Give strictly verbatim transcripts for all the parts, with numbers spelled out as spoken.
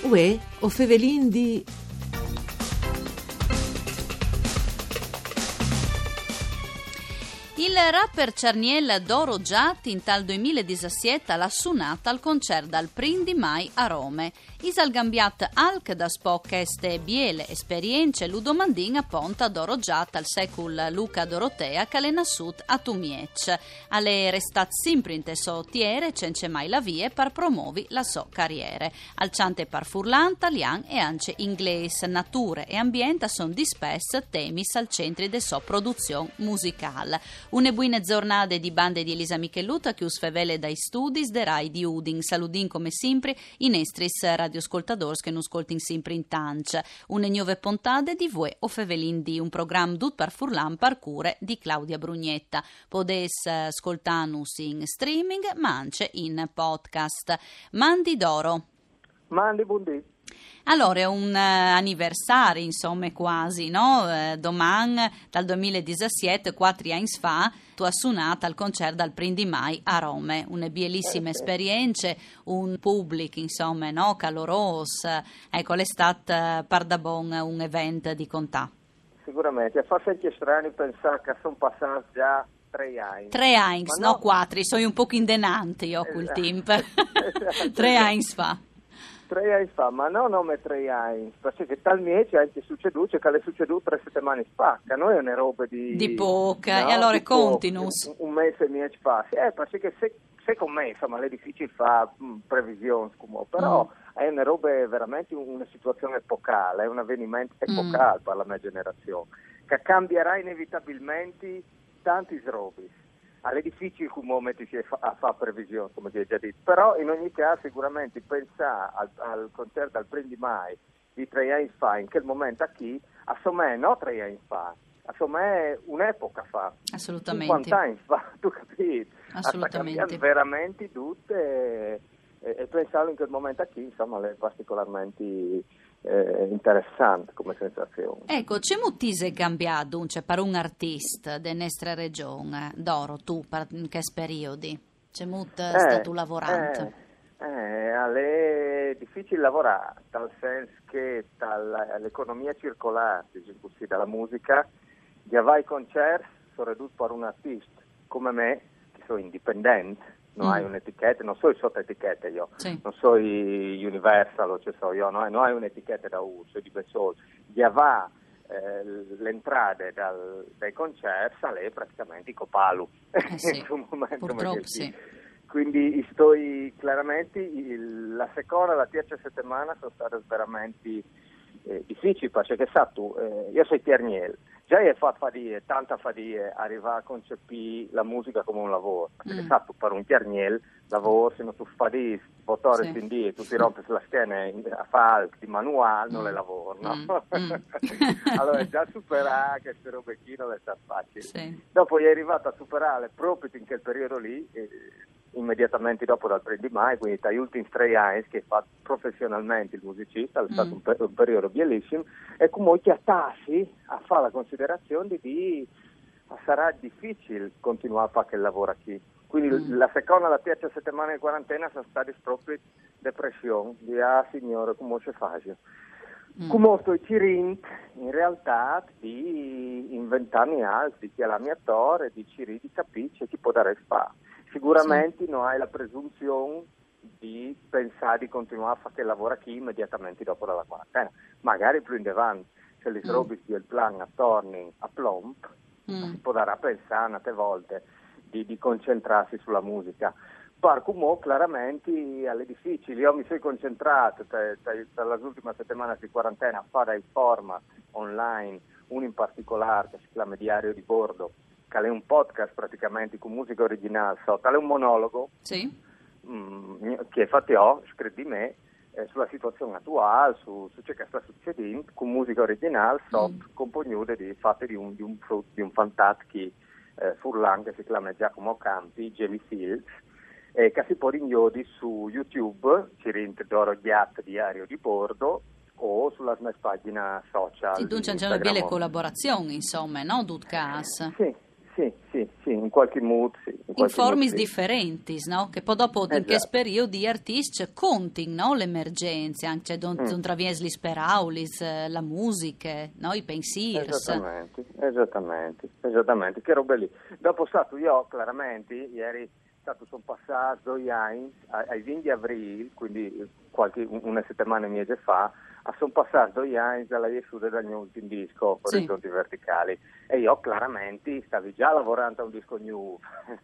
Uè, o fevelin di... Il rapper Charniel Doro Giat in tal duemiladiciassette l'ha suonata al concerto al Prindi Mai a Rome. Isal gambiat alc da spoc este biele esperienze ludomandin a ponta Doro Giat al secul Luca Dorotea che le nassut a Tumiec. Ale restat sempre in teso tiere cence mai la vie par promovi la so carriere. Al ciante par furlan, talian e anche ingles, nature e ambienta son dispes temis al centri de so produzione musicale. Une buine giornate di bande di Elisa Michelluta che usfevele dai studi de Rai di Udin. Saludin come sempre in estris radioascoltadors che non ascoltin sempre in tanch. Une nuove puntate di Vue o Fevelin di un programma dut par furlan parcure di Claudia Brugnetta. Podes ascoltanus in streaming ma anche in podcast. Mandi d'oro. Mandi buondì. Allora, è un uh, anniversario, insomma, quasi, no? Uh, domani, dal duemiladiciassette, quattro anni fa, tu hai suonato al concerto al Prindi Mai a Rome. Una bellissima eh, sì. esperienza, un pubblico, insomma, no? Caloroso. Ecco, è stato uh, par da bon un evento di contà. Sicuramente, fa sempre strano pensare che sono passati già tre anni. Tre anni, no, no quattro, sono un po' indenante io quel esatto. tempo. Tre anni fa. Tre anni fa, ma no, non tre anni, perché talmente anche succeduto che le succeduto tre settimane fa, che noi è una roba di... Di poca, no, e allora di continus. Un, un mese e mezzo fa, eh, perché se, secondo me, insomma, è difficile fare mh, previsioni, come, però mm. è una roba veramente una situazione epocale, è un avvenimento epocale mm. per la mia generazione, che cambierà inevitabilmente tanti robi. È difficile come mettersi a fare previsioni, come ti ho già detto, però in ogni caso sicuramente pensare al, al concerto al Prindi Mai di tre anni fa, in quel momento a chi, assomma no tre anni fa, assomma un'epoca fa, assolutamente, cinquanta anni fa, tu capisci? Assolutamente. Veramente tutte e, e pensarlo in quel momento a chi, insomma, è particolarmente... Eh, interessante come sensazione. Ecco, c'è moltise cambiato cioè, per un artista della nostra regione, Doro, tu, per, in che periodi? C'è molto eh, stato lavorando? Eh, eh, è difficile lavorare, dal senso che dall'economia circolare, diciamo così, dalla musica, già vai ai concerti, sono ridotto per un artista come me, che sono indipendente, non mm. hai un'etichetta, non so sotto etichette io, sì. non so i Universal o ce so io, non hai, non hai un'etichetta da uso, di Besol, già va eh, l'entrata dal, dai concerti, lei praticamente i copalu, eh sì. in un momento purtroppo sì. Quindi sto chiaramente, il, la seconda e la terza settimana sono state veramente eh, difficili, perché sa tu, eh, io sono Charniel. Già hai fatto fatica, tanta fatica arrivare a concepire la musica come un lavoro, perché mm. sa tu per un Charniel lavoro, se non tu fai motore sì. Indì, tu ti rompi sulla schiena a fare di manuale, non mm. le lavoro, no? Mm. Allora già superare queste robe qui non è stato facile. Sì. Dopo è arrivato a superare proprio in quel periodo lì, eh, immediatamente dopo dal Prindi Mai, quindi dagli ultimi tre anni che fa professionalmente il musicista, è stato mm. un, per- un periodo bellissimo, e comunque attassi a fare la considerazione di sarà difficile continuare a fare quel lavoro qui. Quindi mm. la seconda e la terza settimana di quarantena sono state proprio depressioni, di ah signore come si fa? Mm. Come sto cirint in realtà di inventarmi altri, di chiamare attore, di cirì di capire chi può dare spazio. Sicuramente sì. non hai la presunzione di pensare di continuare a fare quel lavoro qui immediatamente dopo la quarantena. Magari più in avanti, se le mm. robe del plan attorno a plomb, mm. si può dare a pensare tante volte di, di concentrarsi sulla musica. Per come chiaramente è difficile. Io mi sono concentrato dalle ultime settimane di quarantena a fare il format online, uno in particolare che si chiama Diario di Bordo, che è un podcast praticamente con musica originale, so, è un monologo sì. mh, che fatto io, scritto di me, eh, sulla situazione attuale, su, su ciò che sta succedendo, con musica originale, so, mm. compognute di fatte di un, di un, di un fantaschi eh, furlan che si chiama Giacomo Campi, Jellyfields, eh, che si può rignodi su YouTube, ci rientra Doro Giat Diario di Bordo, o sulla mia pagina social. Sì, tu c'è già una bella collaborazione, insomma, no, Dutcas? Sì. Sì, sì, sì, in qualche mood, sì, in forme differenti, no? Che poi dopo esatto. in che periodo gli artisti conti, no? Le emergenze, anche don, mm. don travies li speraulis, la musica, no? I pensieri. Esattamente, esattamente, esattamente, che robe lì. Dopo stato io, chiaramente, ieri stato sono passato gli anni, ai venti di aprile, quindi qualche, una settimana e mese fa, sono passato gli anni dalla Jessude dal mio ultimo disco, sì. Orizzonti Verticali, e io chiaramente stavi già lavorando a un disco new,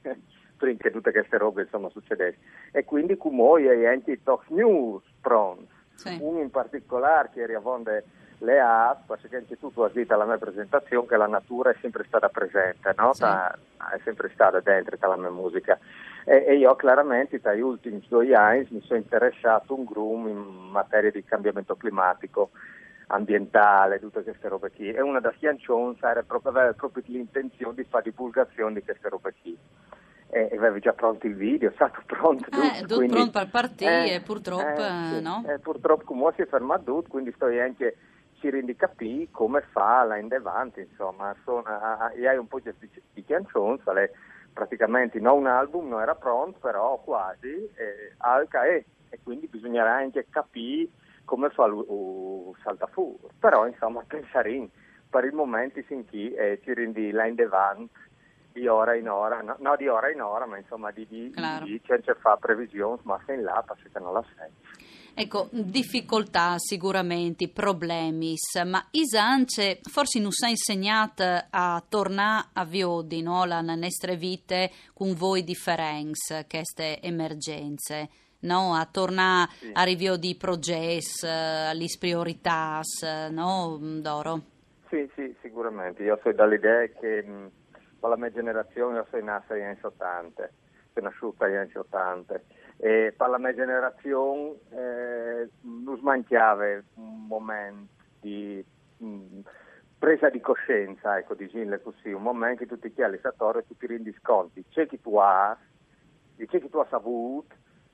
prima che tutte queste robe insomma succedessero, e quindi come hai anche Talk News pronti, sì. Uno in particolare che riavonde le A, perché anche tu tu hai detto alla mia presentazione che la natura è sempre stata presente, no? Sì. Ta, è sempre stata dentro la mia musica. E, e io chiaramente tra gli ultimi due anni mi sono interessato un groom in materia di cambiamento climatico, ambientale, tutte queste robe qui. E una da canzoni era proprio, aveva proprio l'intenzione di fare divulgazione di queste robe qui. E, e avevi già pronto il video, è stato pronto tutto. Eh, tutto quindi, pronto per partire, eh, purtroppo, eh, sì, no? Eh, purtroppo come si è fermato tutto, quindi sto anche ci rendi capire come fa là in davanti, insomma. Sono, e hai un po' di, di canzoni, praticamente non un album, non era pronto, però quasi, eh, alca è, e quindi bisognerà anche capire come fa il salta fuori. Però insomma pensare per il momento sin chi eh, ci rendi là in davanti di ora in ora, no, no di ora in ora, ma insomma di, di, claro. di c'è fa previsioni, ma sei in là perché non la sai. Ecco, difficoltà sicuramente, problemi, ma Isance forse non si è insegnato a tornare a Viodi, no? La nostre vite con voi differenze, queste emergenze, no? A tornare sì. a rivio di progetti, alle priorità, no, Doro? Sì, sì, sicuramente. Io sono dall'idea che mh, con la mia generazione, io sono nata negli anni ottanta, sono nasciuta negli anni ottanta. E per la mia generazione eh, non smanchiava un momento di mh, presa di coscienza, ecco, diciamo così, un momento che tu ti chiedi all'istatore e tu ti rendi conti, c'è chi tu hai, c'è chi tu hai saputo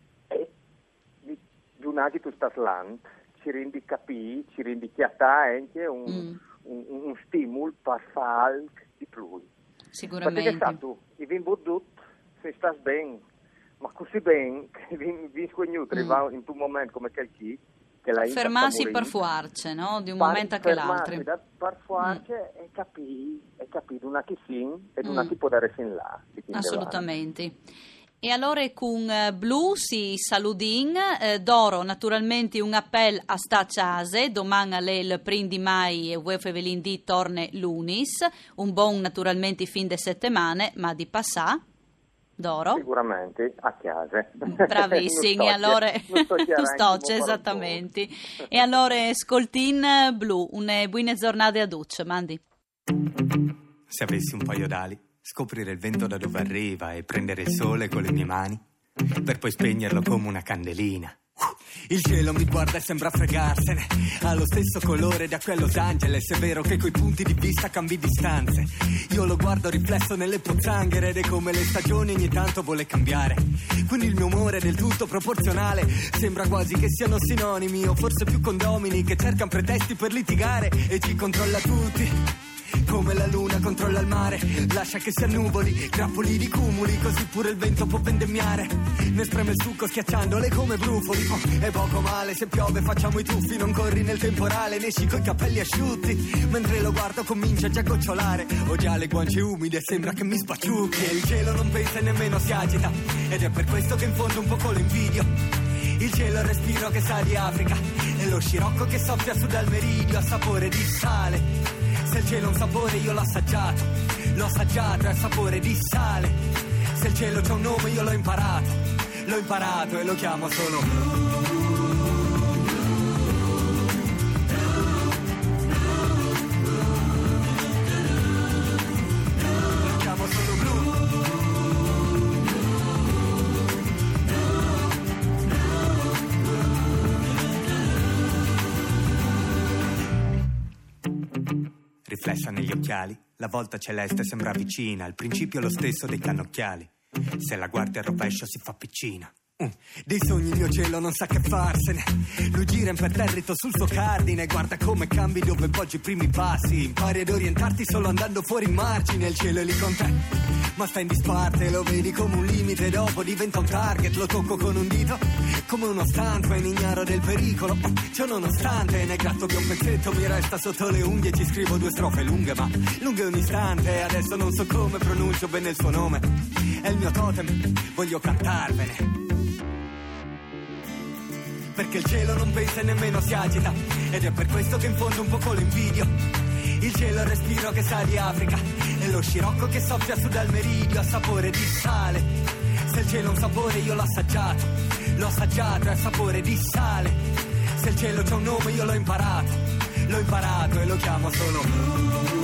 e di, di un che tu stai là, ci rendi capire, ci rendi chiatà anche un, mm. un, un, un stimolo per fare di più. Sicuramente. Perché sai tu, i vin buddut, se stai bene, ma così bene che vi scognutri mm. va in un momento come quel chi che la fermarsi per fuarce, no? Di un par, momento a che l'altro da, per fuarce mm. e capire e capire una che sin e una mm. che può dare sin là assolutamente. E allora con Blu si saludin, eh, Doro naturalmente un appello a sta case, domani alle il primo di mai e Uefe Velindì torne l'Unis, un buon naturalmente fin de settimane, ma di passà Doro? Sicuramente a casa. Bravissimi, allora sto esattamente. E allora Scoltin Blu, una buona giornata a Duce, mandi. Se avessi un paio d'ali, scoprire il vento da dove arriva e prendere il sole con le mie mani, per poi spegnerlo come una candelina. Il cielo mi guarda e sembra fregarsene, ha lo stesso colore da quel Los Angeles. È vero che coi punti di vista cambi distanze, io lo guardo riflesso nelle pozzanghere ed è come le stagioni ogni tanto vuole cambiare. Quindi il mio umore è del tutto proporzionale, sembra quasi che siano sinonimi o forse più condomini che cercano pretesti per litigare e ci controlla tutti. Come la luna controlla il mare, lascia che si annuvoli, grappoli di cumuli, così pure il vento può vendemmiare. Ne spreme il succo schiacciandole come brufoli. Oh, è poco male, se piove facciamo i tuffi, non corri nel temporale, ne esci coi capelli asciutti. Mentre lo guardo comincia già a gocciolare, ho già le guance umide, sembra che mi spacciucchi. E il cielo non pensa e nemmeno si agita, ed è per questo che in fondo un poco lo invidio. Il cielo è il respiro che sa di Africa, e lo scirocco che soffia su dal meridio a sapore di sale. Se il cielo ha un sapore io l'ho assaggiato, l'ho assaggiato e ha sapore di sale. Se il cielo c'ha un nome io l'ho imparato, l'ho imparato e lo chiamo solo blu. Lo chiamo solo blu. Riflessa negli occhiali, la volta celeste sembra vicina, il principio è lo stesso dei cannocchiali. Se la guardi al rovescio si fa piccina. Uh, dei sogni il mio cielo non sa che farsene. Lui gira imperterrito sul suo cardine. Guarda come cambi dove poggi i primi passi. Impari ad orientarti solo andando fuori margine. Il cielo è lì con te, ma sta in disparte. Lo vedi come un limite, dopo diventa un target. Lo tocco con un dito come uno stuntman, ignaro del pericolo. Ciò nonostante, ne gratto che un pezzetto mi resta sotto le unghie. Ci scrivo due strofe lunghe, ma lunghe un istante. Adesso non so come pronuncio bene il suo nome. È il mio totem, voglio cantarvene. Perché il cielo non pensa e nemmeno si agita, ed è per questo che in fondo un poco lo invidio. Il cielo è il respiro che sa di Africa, e lo scirocco che soffia su dal meridio a sapore di sale. Se il cielo ha un sapore io l'ho assaggiato, l'ho assaggiato e a sapore di sale. Se il cielo c'ha un nome io l'ho imparato, l'ho imparato e lo chiamo solo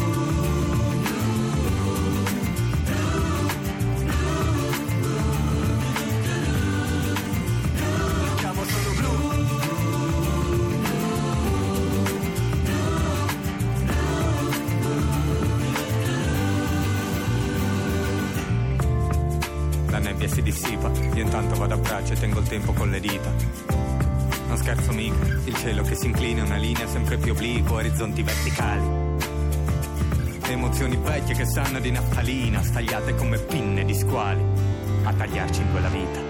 e si dissipa. Io intanto vado a braccio e tengo il tempo con le dita. Non scherzo mica, il cielo che si inclina è una linea sempre più obliqua, orizzonti verticali. Emozioni vecchie che sanno di naftalina, stagliate come pinne di squali, a tagliarci in quella vita.